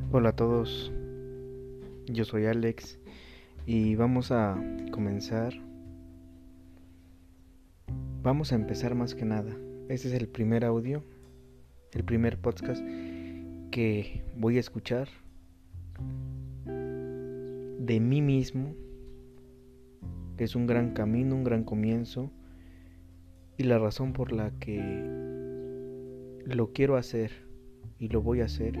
Hola a todos, yo soy Alex y vamos a comenzar. Vamos a empezar más que nada. Este es el primer audio, el primer podcast que voy a escuchar de mí mismo. Es un gran camino, un gran comienzo y la razón por la que lo quiero hacer y lo voy a hacer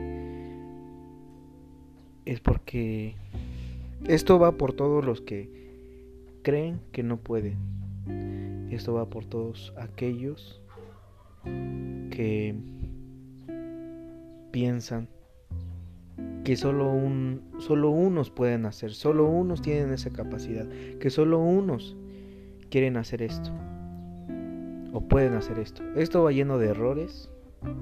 es porque esto va por todos los que creen que no pueden. Esto va por todos aquellos que piensan que solo unos pueden hacer, solo unos tienen esa capacidad, que solo unos quieren hacer esto o pueden hacer esto. Esto va lleno de errores,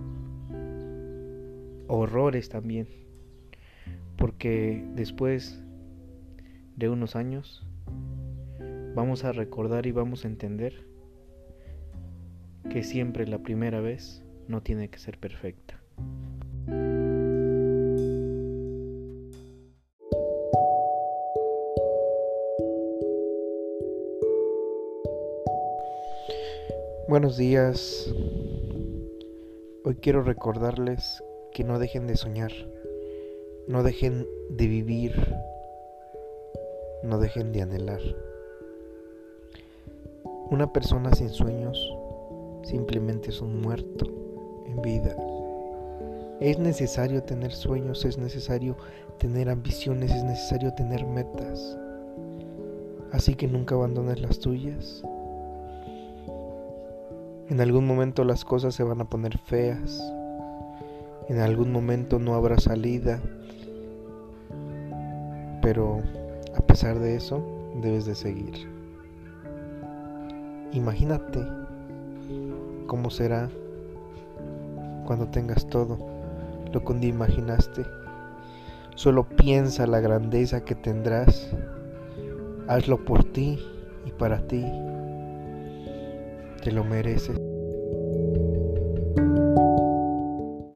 horrores también, porque después de unos años vamos a recordar y vamos a entender que siempre la primera vez no tiene que ser perfecta. Buenos días. Hoy quiero recordarles que no dejen de soñar, no dejen de vivir, no dejen de anhelar. Una persona sin sueños simplemente es un muerto en vida. Es necesario tener sueños, es necesario tener ambiciones, es necesario tener metas. Así que nunca abandones las tuyas. En algún momento las cosas se van a poner feas. En algún momento no habrá salida. Pero a pesar de eso, debes de seguir. Imagínate cómo será cuando tengas todo lo que un día imaginaste. Solo piensa la grandeza que tendrás. Hazlo por ti y para ti. Te lo mereces.